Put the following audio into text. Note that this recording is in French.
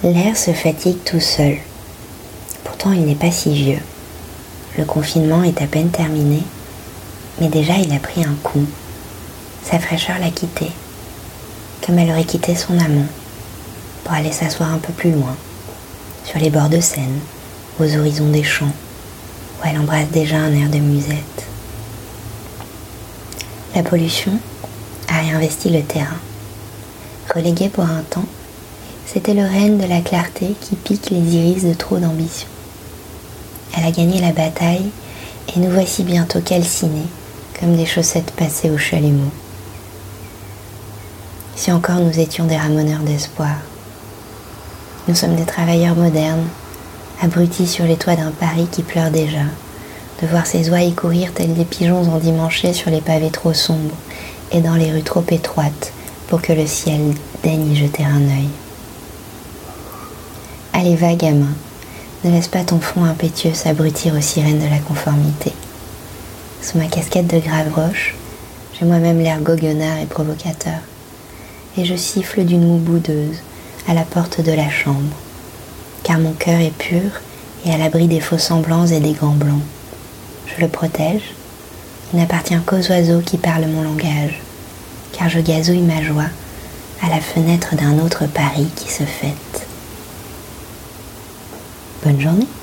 L'air se fatigue tout seul. Pourtant, il n'est pas si vieux. Le confinement est à peine terminé, mais déjà il a pris un coup. Sa fraîcheur l'a quitté, comme elle aurait quitté son amant, pour aller s'asseoir un peu plus loin, sur les bords de Seine, aux horizons des champs, où elle embrasse déjà un air de musette. La pollution a réinvesti le terrain. Relégué pour un temps, c'était le renne de la clarté qui pique les iris de trop d'ambition. Elle a gagné la bataille et nous voici bientôt calcinés comme des chaussettes passées au chalumeau. Si encore nous étions des ramoneurs d'espoir. Nous sommes des travailleurs modernes, abrutis sur les toits d'un Paris qui pleure déjà, de voir ses ouailles courir tels des pigeons endimanchés sur les pavés trop sombres et dans les rues trop étroites pour que le ciel daigne y jeter un œil. Allez va, gamin, ne laisse pas ton front impétueux s'abrutir aux sirènes de la conformité. Sous ma casquette de Gavroche, j'ai moi-même l'air goguenard et provocateur, et je siffle d'une moue boudeuse à la porte de la chambre, car mon cœur est pur et à l'abri des faux semblants et des gants blancs. Je le protège, il n'appartient qu'aux oiseaux qui parlent mon langage, car je gazouille ma joie à la fenêtre d'un autre Paris qui se fête. Bonne journée.